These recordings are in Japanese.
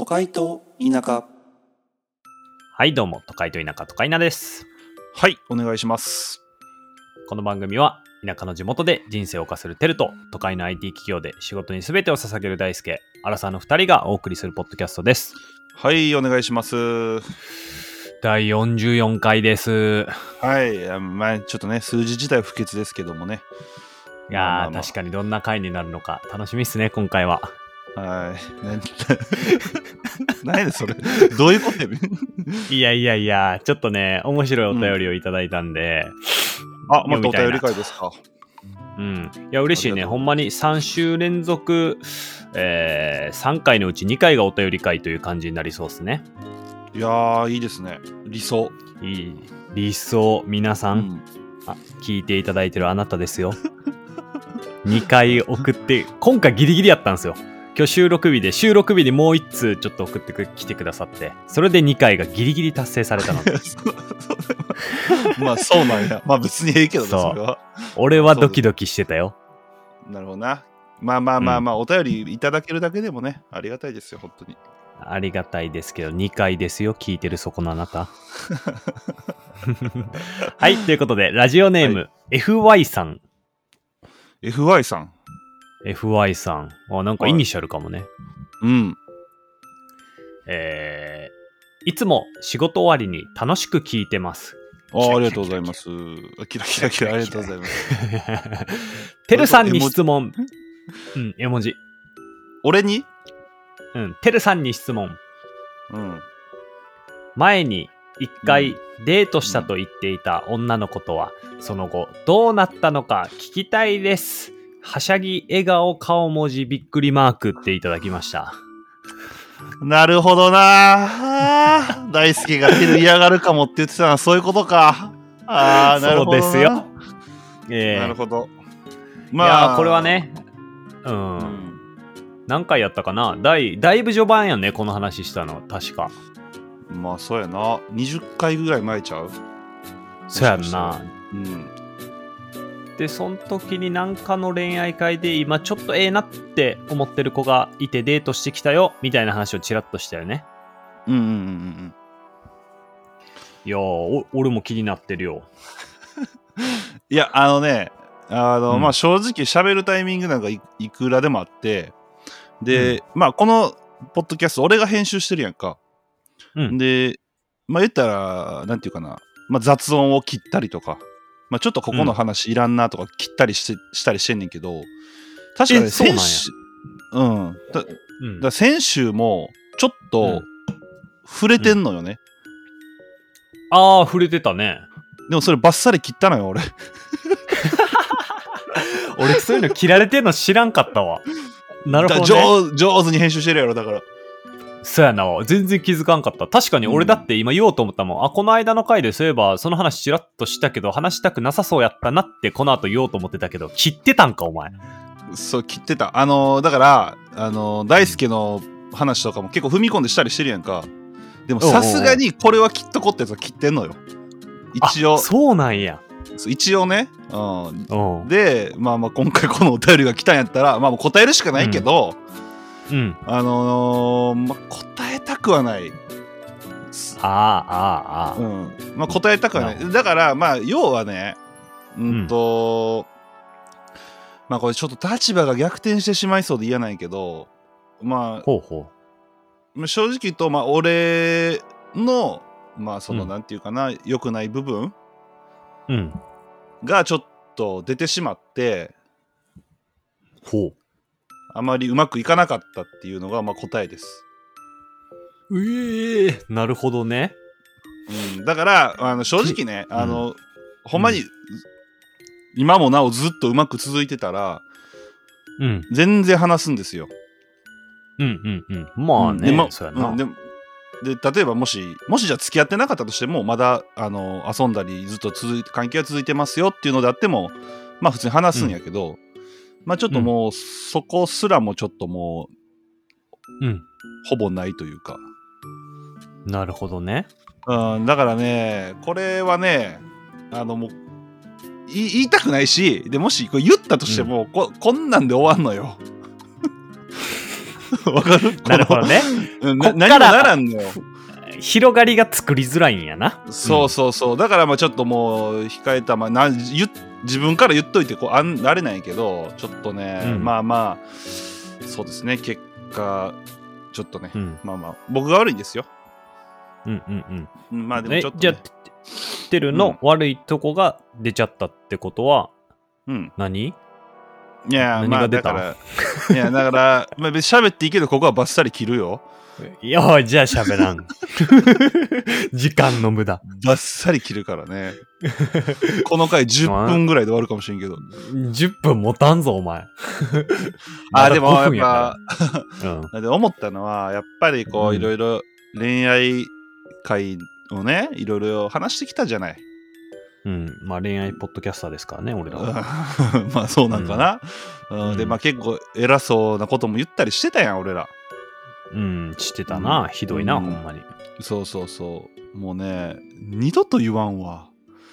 都会と田舎。 はいどうも、都会と田舎都会なです。 はい、お願いします。 この番組は田舎の地元で人生を謳歌するテルと都会の IT 企業で仕事に全てを捧げる大輔、アラサーの2人がお送りするポッドキャストです。 はい、お願いします。 第44回です。 はい、ちょっとね、数字自体不潔ですけどもね。 いやー、確かにどんな回になるのか楽しみっすね、今回は。 はい。何でそれどういうことやねいや、ちょっとね、面白いお便りをいただいたんで、 またお便り会ですか。 いや嬉しいね。ほんまに3週連続、3回のうち2回がお便り会という感じになりそうですね。 いやー、いいですね。理想。 いい理想。皆さん、聞いていただいてるあなたですよ。2回送って今回ギリギリやったんですよ。今日収録日にもう1通ちょっと送ってきてくださって、それで2回がギリギリ達成されたのでまあそうなんや。まあ別にええけどね、それは。 俺はドキドキしてたよ。 なるほどな。まあ、お便りいただけるだけでもね、ありがたいですよ、本当に。 ありがたいですけど、2回ですよ、聞いてるそこのあなた。はい、ということで、ラジオネーム、FY さん。 FY さん。 FY さん。なんかイニシャルかもね。いつも仕事終わりに楽しく聞いてます。 ありがとうございます。キラキラキラ、ありがとうございます。 てるさんに質問。絵文字。 俺に？ てるさんに質問。前に一回デートしたと言っていた女の子とは、その後どうなったのか聞きたいです。はしゃぎ、笑顔、顔文字、びっくりマークっていただきました。 なるほどな。大輔がテル嫌がるかもって言ってたのはそういうことか。なるほどな。 そうですよ。 なるほど。 まあこれはね、何回やったかな。だいぶ序盤やね、この話したの確か。 まあそうやな。20回ぐらい前ちゃう？ そうやんな。でその時になんかの恋愛会で今ちょっとええなって思ってる子がいてデートしてきたよみたいな話をちらっとしたよね。いや俺も気になってるよ。 いやまあ正直喋るタイミングなんか いくらでもあって、で、まあこのポッドキャスト俺が編集してるやんか。でまあ言ったらなんていうかな、まあ、雑音を切ったりとか、まあ、ちょっとここの話いらんなとか切ったりしたりしてんねんけど、確かに先週だ先週もちょっと触れてんのよね。 触れてたね。 でもそれバッサリ切ったのよ俺。 俺そういうの切られてんの知らんかったわ。なるほどね。 上手に編集してるやろだから。 そうやな、全然気づかんかった。確かに俺だって今言おうと思ったもん。この間の回でそういえばその話ちらっとしたけど話したくなさそうやったなってこの後言おうと思ってたけど、切ってたんかお前。 そう切ってた。だから大輔の話とかも結構踏み込んでしたりしてるやんか。でもさすがにこれは切っとこってやつは切ってんのよ一応。 そうなんや。 一応ね。でまあ今回このお便りが来たんやったらまあもう答えるしかないけど、まあ、答えたくはない。まあ答えたくはない。だからまあ要はね、まあこれちょっと立場が逆転してしまいそうで嫌なんやけど、まあ正直言うとまあ俺のまあそのなんていうかな、良くない部分がちょっと出てしまって、あまりうまくいかなかったっていうのがまあ答えです。 なるほどね。 だから正直ね、ほんまに、今もなおずっとうまく続いてたら、全然話すんですよ。 まあね、そうやな。 で例えばもしじゃあ付き合ってなかったとしてもまだ遊んだりずっと関係が続いてますよっていうのであってもまあ普通に話すんやけど、まあちょっともう、そこすらもちょっともう、ほぼないというか。 なるほどね。 だからねこれはねもう言いたくないし、でもしこれ言ったとしても、こんなんで終わんのよ。 わかる？ なるほどね。 何もこっからならんのよ。 広がりが作りづらいんやな。 そうそうそう。だからまあちょっともう控えたまま自分から言っといてあれなんやけど、ちょっとね、まあまあそうですね。結果ちょっとね、まあまあ僕が悪いんですよ。まあでもちょっと、ね、 じゃあてるの悪いとこが出ちゃったってことは、何？ いや何が出た？ まあ、いやだからまあ別に喋っていいけどここはバッサリ切るよ。 いやじゃあ喋らん。時間の無駄。 バッサリ切るからね。この回10分ぐらいで終わるかもしれんけど。 10分持たんぞお前。 でもやっぱ、で思ったのはやっぱりこういろいろ恋愛会をねいろいろ話してきたじゃない。 まあ恋愛ポッドキャスターですからね俺らは。 まあそうなんかな。でまあ結構偉そうなことも言ったりしてたやん俺ら。 してたな。ひどいな、ほんまに。 そうそうそう。もうね、二度と言わんわ。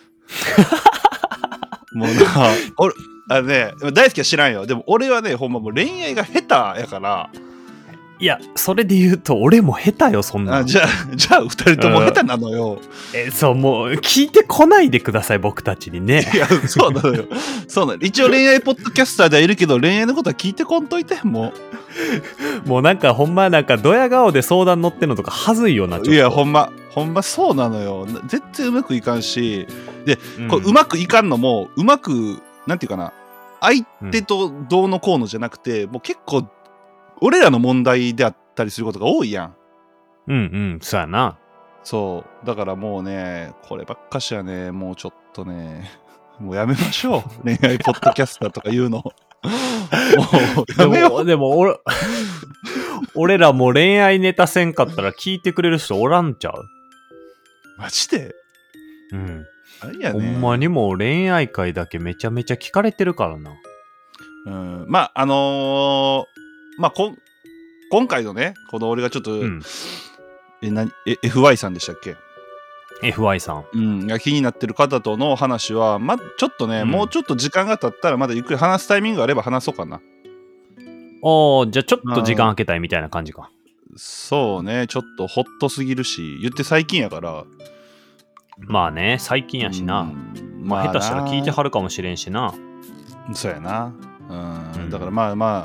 もう大好きは知らんよ。でも俺はね、ほんまもう恋愛が下手やから。 いや、それで言うと俺も下手よ、そんな。 じゃあ二人とも下手なのよ。 そう、もう聞いてこないでください、僕たちにね。 いや、そうなのよ。そうなの。一応恋愛ポッドキャスターではいるけど、恋愛のことは聞いてこんといて、もう。もうなんかほんまなんかドヤ顔で相談乗ってんのとかはずいよな、ちょっと。 いや、ほんまそうなのよ。絶対うまくいかんし、で、これうまくいかんのも、うまく、なんていうかな、相手とどうのこうのじゃなくて、もう結構、俺らの問題であったりすることが多いやん。 そうやな。 そう。だからもうね、こればっかしはね、もうちょっとね、もうやめましょう。恋愛ポッドキャスターとか言うの。もうやめよう。 でも俺らもう恋愛ネタせんかったら聞いてくれる人おらんちゃう？ マジで？何やねん。 ほんまにもう恋愛会だけめちゃめちゃ聞かれてるからな。 まあまあ今回のね、この俺がちょっと、FY さんでしたっけ？ FY さん。 が気になってる方との話は、ちょっとね、もうちょっと時間が経ったらまだゆっくり話すタイミングがあれば話そうかな。 じゃあちょっと時間空けたいみたいな感じか。 そうね、ちょっとホットすぎるし、言って最近やから。 まあね、最近やしな。まあ下手したら聞いてはるかもしれんしな。 そうやな。だからまあ、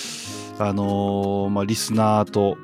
リスナーと、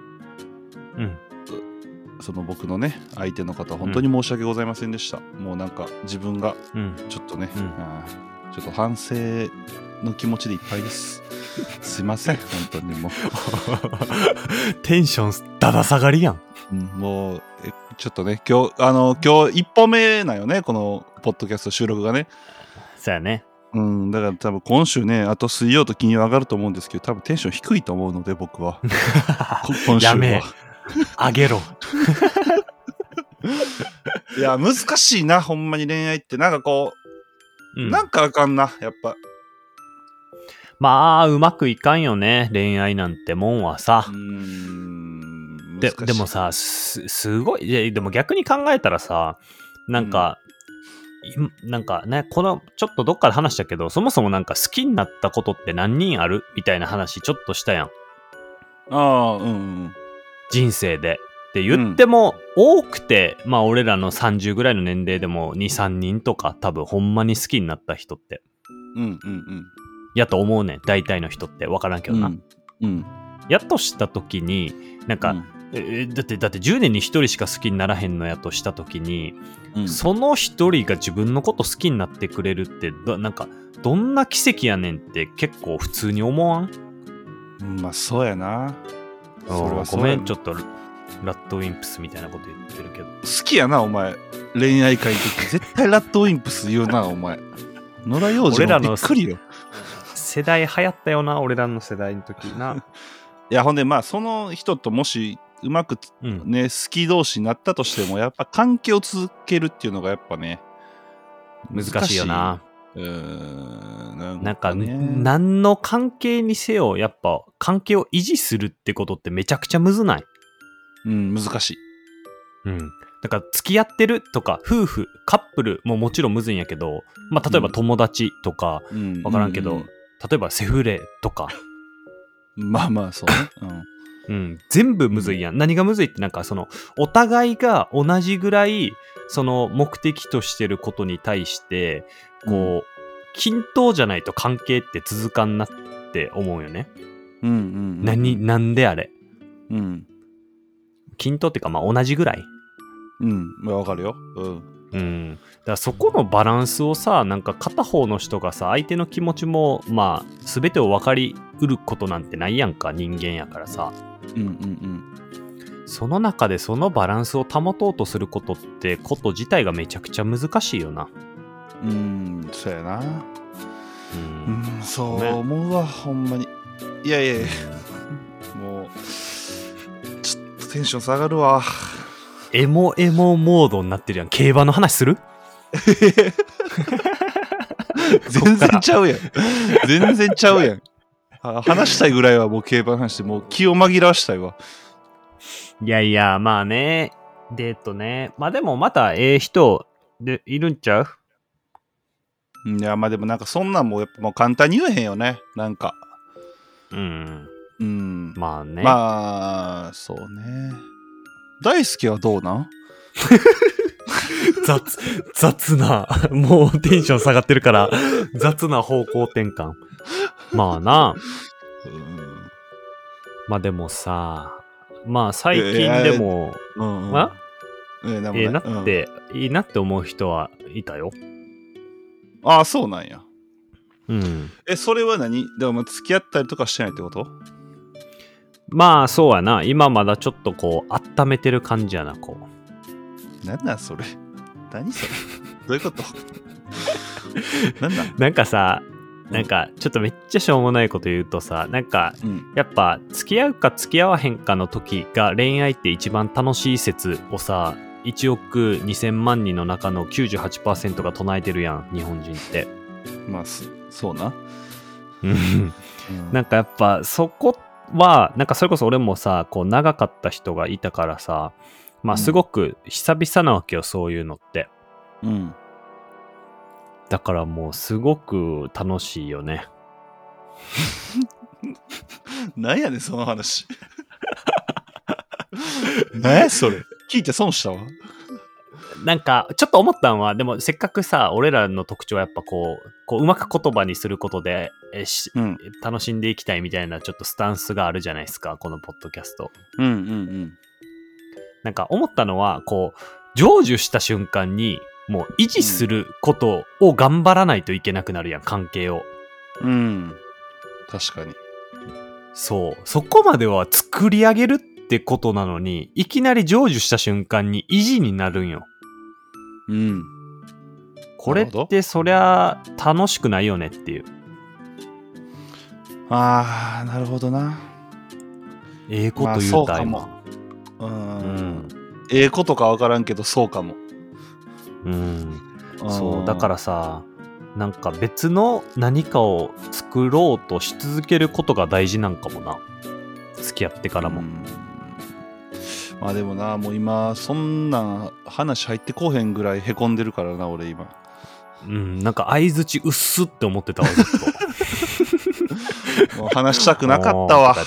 その僕のね相手の方本当に申し訳ございませんでした。もうなんか自分がちょっとね、ちょっと反省の気持ちでいっぱいです。すいません本当にもうテンションだだ下がりやん。 もうちょっとね今日一歩目なよね、このポッドキャスト収録がね。 そうやね。 だから多分今週ね、あと水曜と金曜上がると思うんですけど、多分テンション低いと思うので僕は今週はやめあげろ。 いや難しいな、ほんまに恋愛ってなんかこう、なんかあかんなやっぱ。 まあうまくいかんよね、恋愛なんてもんはさ。でもさ、すごい、でも逆に考えたらさ、なんかね、このちょっとどっかで話したけど、そもそもなんか好きになったことって何人あるみたいな話ちょっとしたやん。人生でって言っても、多くてまあ俺らの30ぐらいの年齢でも 2,3 人とか、多分ほんまに好きになった人ってやと思うねん、大体の人って。分からんけどな。やっとした時になんか、だって10年に1人しか好きにならへんのやとした時に、その1人が自分のこと好きになってくれるってなんかどんな奇跡やねんって結構普通に思わん？ まあそうやな。 ごめん、ちょっとラッドウィンプスみたいなこと言ってるけど。 好きやなお前、恋愛会の時絶対ラッドウィンプス言うなお前。野田洋次もびっくりよ。 世代流行ったよな、俺らの世代の時な。 いやほんでまあその人ともしうまくね、好き同士になったとしてもやっぱ関係を続けるっていうのがやっぱね難しいよな。 なんかね、 何の関係にせよやっぱ関係を維持するってことってめちゃくちゃむずない？ 難しい。 だから付き合ってるとか夫婦カップルももちろんむずいんやけど、まあ例えば友達とか分からんけど、例えばセフレとかまあそうね。 全部むずいやん。何がむずいってなんかそのお互いが同じぐらいその目的としてることに対してこう均等じゃないと関係って続かんなって思うよね。なんであれ。均等っていうかまあ同じぐらい。 わかるよ。 だからそこのバランスをさ、なんか片方の人がさ、相手の気持ちもまあ全てを分かりうることなんてないやんか、人間やからさ。その中でそのバランスを保とうとすることってこと自体がめちゃくちゃ難しいよな。 そうやな。そう思うわ、ほんまに。いやもうちょっとテンション下がるわ。 エモモードになってるやん。競馬の話する？ 全然ちゃうやん。全然ちゃうやん。話したいぐらいはもう競馬の話でもう気を紛らわしたいわ。 いやまあね、デートね。まあでもまた人でいるんちゃう？ いやまあでもなんかそんなんもうやっぱもう簡単に言えへんよね。なんか。 まあね。 まあそうね。大輔はどうなん？ 雑な、もうテンション下がってるから雑な方向転換。まあな。まあでもさ、まあ最近でもいいなって思う人はいたよ。 ああそうなんや。それは何？でも付き合ったりとかしてないってこと？ まあそうやな。今まだちょっとこう温めてる感じやな。こうなんなんそれ？何それ？どういうこと？ なんかさ、なんかちょっとめっちゃしょうもないこと言うとさ、なんかやっぱ付き合うか付き合わへんかの時が恋愛って一番楽しい説をさ、1億2000万人の中の 98% が唱えてるやん、日本人って。 まあそうな。 なんかやっぱそこはなんかそれこそ俺もさ、こう長かった人がいたからさ、まあすごく久々なわけよ、そういうのって。だからもうすごく楽しいよね。 なんやねんその話。何やそれ。聞いて損したわ。 なんかちょっと思ったんは、でもせっかくさ、俺らの特徴はやっぱこううまく言葉にすることで楽しんでいきたいみたいなちょっとスタンスがあるじゃないですか、このポッドキャスト。なんか思ったのは、こう成就した瞬間にもう維持することを頑張らないといけなくなるやん、関係を。 確かに。 そこまでは作り上げるってことなのに、いきなり成就した瞬間に維持になるんよ。これってそりゃ楽しくないよねっていう。 ああ、なるほどな。 こと言うた今。 ことか分からんけどそうかも。 そうだからさ、なんか別の何かを作ろうとし続けることが大事なんかもな、付き合ってからも。 まあでもな、もう今そんな話入ってこうへんぐらいへこんでるからな、俺今。 なんか相づちうっすって思ってたわ、ずっと。もう話したくなかったわ。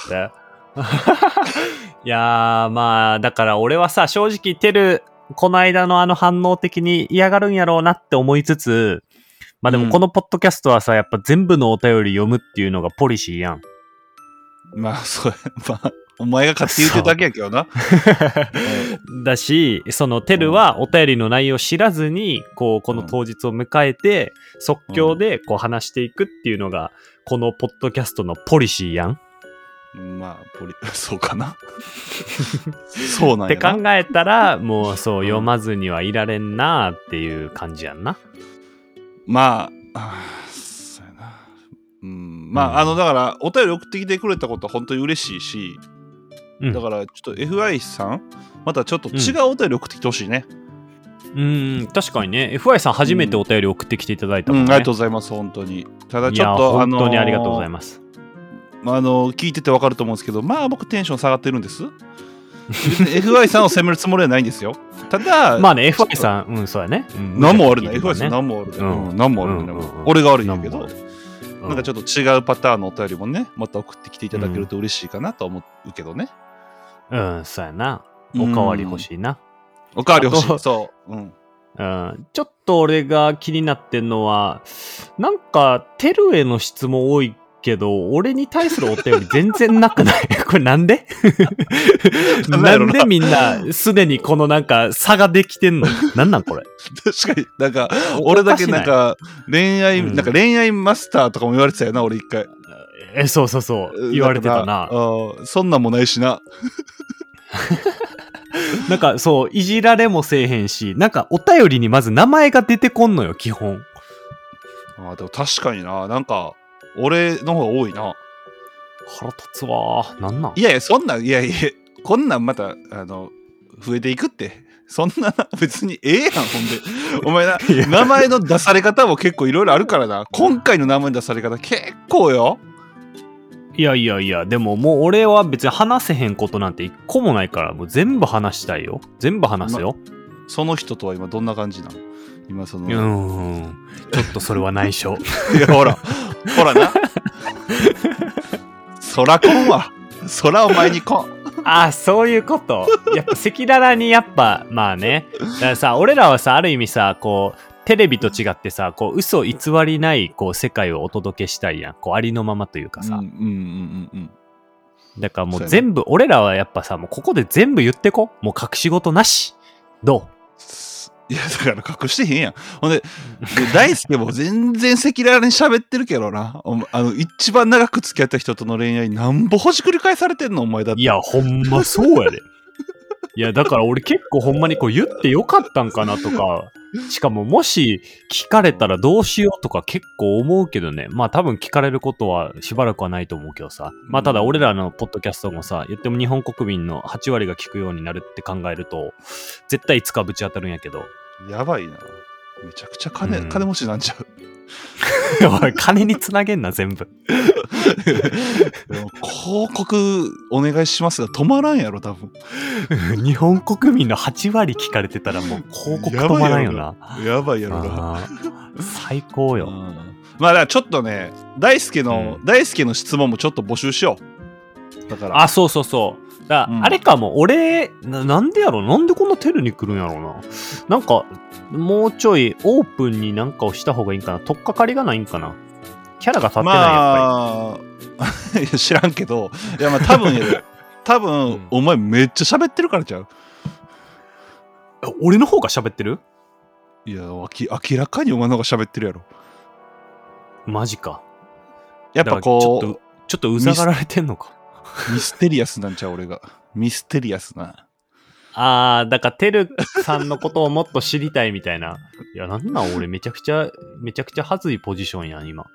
いやー、まあだから俺はさ、正直テルこの間のあの反応的に嫌がるんやろうなって思いつつ、まあでもこのポッドキャストはさ、やっぱ全部のお便り読むっていうのがポリシーやん。 まあそうまあお前が勝手に言ってるだけやけどな。 だし、そのテルはお便りの内容を知らずにこの当日を迎えて即興でこう話していくっていうのがこのポッドキャストのポリシーやん。 まあそうかな。そうなんやな。 って考えたらもうそう読まずにはいられんなっていう感じやんな。 まあそうやな。まあだからお便り送ってきてくれたことは本当に嬉しいし、だからちょっと FI さんまたちょっと違うお便り送ってきてほしいね。 確かにね、 FI さん初めてお便り送ってきていただいたもんね。 ありがとうございます。本当に。ただちょっと本当にありがとうございます。 聞いてて分かると思うんですけど、まあ僕テンション下がってるんです。FI さんを責めるつもりはないんですよ。ただまあね、FI さんそうやね。 何も悪いない。FI さん何も悪いない。何も悪いない。俺が悪いんやけど、なんかちょっと違うパターンのお便りもね、また送ってきていただけると嬉しいかなと思うけどね。 うん、そうやな。おかわり欲しいな。 おかわり欲しい。 あとそう。うん。 ちょっと俺が気になってんのは、なんか、テルへの質問多いけど、俺に対するお便り全然なくないこれなんでなんでみんな、すでにこのなんか、差ができてんのなんなんこれ。 確かに、なんか、俺だけなんか、 うんなんか恋愛マスターとかも言われてたよな、俺一回。 そうそうそう。言われてたな。 そんなんもないしな。 なんかそう、いじられもせえへんし、なんかお便りにまず名前が出てこんのよ、基本。 でも確かにな。なんか、俺の方が多いな。 腹立つわー。なんなん？ いやいや、そんなん、いやいや、こんなんまた、増えていくって。そんな、別にええやん、ほんで。お前な、名前の出され方も結構いろいろあるからな。今回の名前の出され方結構よ。 いやいやいや、でももう俺は別に話せへんことなんて一個もないから、もう全部話したいよ。全部話すよ。 その人とは今どんな感じなの？今その。 ちょっとそれは内緒。 いや、ほらな。そらこんわ。そらお前にこん。 あ、そういうこと。やっぱ赤裸々にやっぱ、まあね。だからさ、俺らはさ、ある意味さ、こう、テレビと違ってさ、こう、嘘偽りない、こう、世界をお届けしたいやん。こう、ありのままというかさ。だからもう全部、俺らはやっぱさ、もうここで全部言ってこ。もう隠し事なし。どう？ いや、だから隠してへんやん。ほんで、大輔も全然赤裸々に喋ってるけどな。一番長く付き合った人との恋愛なんぼほじくり返されてんのお前だって。 いや、ほんまそうやで。いや、だから俺結構ほんまにこう言ってよかったんかなとか、しかももし聞かれたらどうしようとか結構思うけどね。まあ多分聞かれることはしばらくはないと思うけどさ。まあただ俺らのポッドキャストもさ、言っても日本国民の8割が聞くようになるって考えると、絶対いつかぶち当たるんやけど。 やばいな。めちゃくちゃ金持ちなんちゃう。 おい、金につなげんな、全部。 広告お願いしますが止まらんやろ、多分。 日本国民の8割聞かれてたらもう広告止まらんよな。 やばいやろな。 最高よ。 まあだからちょっとね、大輔の質問もちょっと募集しよう。だから。 そうそうそう。あれかも、俺、なんでやろ？なんでこんなテルに来るんやろうな。なんか、もうちょいオープンになんかをした方がいいんかな。取っかかりがないんかな。キャラが立ってない、やっぱり。知らんけど、いやまあ多分、お前めっちゃ喋ってるからちゃう。 俺の方が喋ってる？ いや、明らかにお前の方が喋ってるやろ。 マジか。 やっぱこう、 ちょっとうざがられてんのか。 ミステリアスなんちゃう俺が。ミステリアスな。 だからてるさんのことをもっと知りたいみたいな。いや、なんなん俺めちゃくちゃはずいポジションやん、今。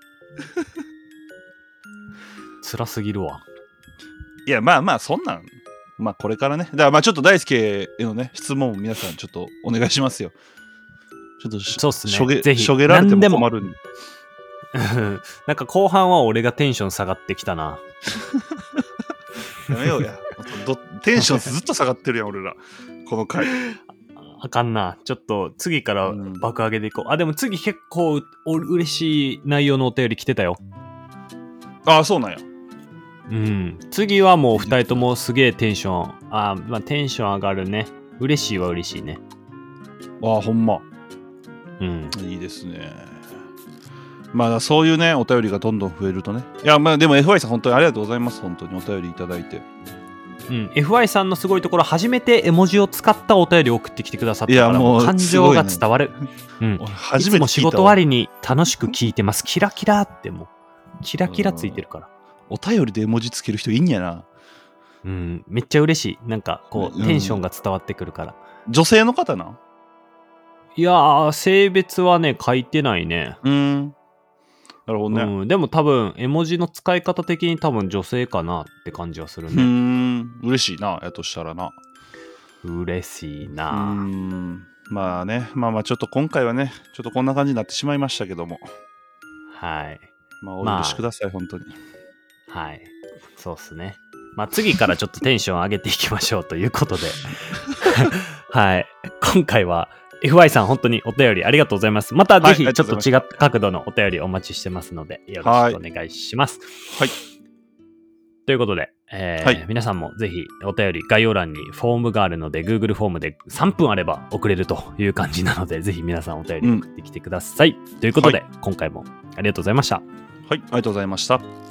辛すぎるわ。 いや、まあ、そんなん。まあ、これからね。だからまあ、ちょっと大輔へのね、質問を皆さんちょっとお願いしますよ。ちょっとそうっすね。ぜひ。 しょげられても困るんで。 なんか後半は俺がテンション下がってきたな。 やめようや。テンションずっと下がってるやん、俺ら。この回。 あかんな。ちょっと次から爆上げでいこう。でも次結構嬉しい内容のお便り来てたよ。 そうなんや。 次はもう2人ともすげえテンション。まあテンション上がるね。嬉しいは嬉しいね。 ほんま。いいですね。まあそういうねお便りがどんどん増えるとね。いやまあでも FY さん本当にありがとうございます。本当にお便りいただいて。 FY さんのすごいところ、初めて絵文字を使ったお便りを送ってきてくださったから、もう感情が伝わる。いつも仕事終わりに楽しく聞いてます。キラキラってもうキラキラついてるから。 お便りで絵文字つける人いいんやな。 めっちゃ嬉しい。なんかこうテンションが伝わってくるから。 女性の方な？ いやー、性別はね書いてないね。 なるほどね。 でも多分絵文字の使い方的に多分女性かなって感じはするね。 嬉しいな、やとしたらな。 嬉しいな。 まあね、まあちょっと今回はね、ちょっとこんな感じになってしまいましたけども。 はい。 まあお許しください、本当に。 はい。そうっすね。まあ次からちょっとテンション上げていきましょうということで。はい。今回はFY さん本当にお便りありがとうございます。またぜひちょっと違った角度のお便りお待ちしてますのでよろしくお願いします。 はい。 ということではい、 皆さんもぜひお便り概要欄にフォームがあるので Google フォームで3分あれば送れるという感じなのでぜひ皆さんお便り送ってきてください、ということで、今回もありがとうございました。 はい、ありがとうございました。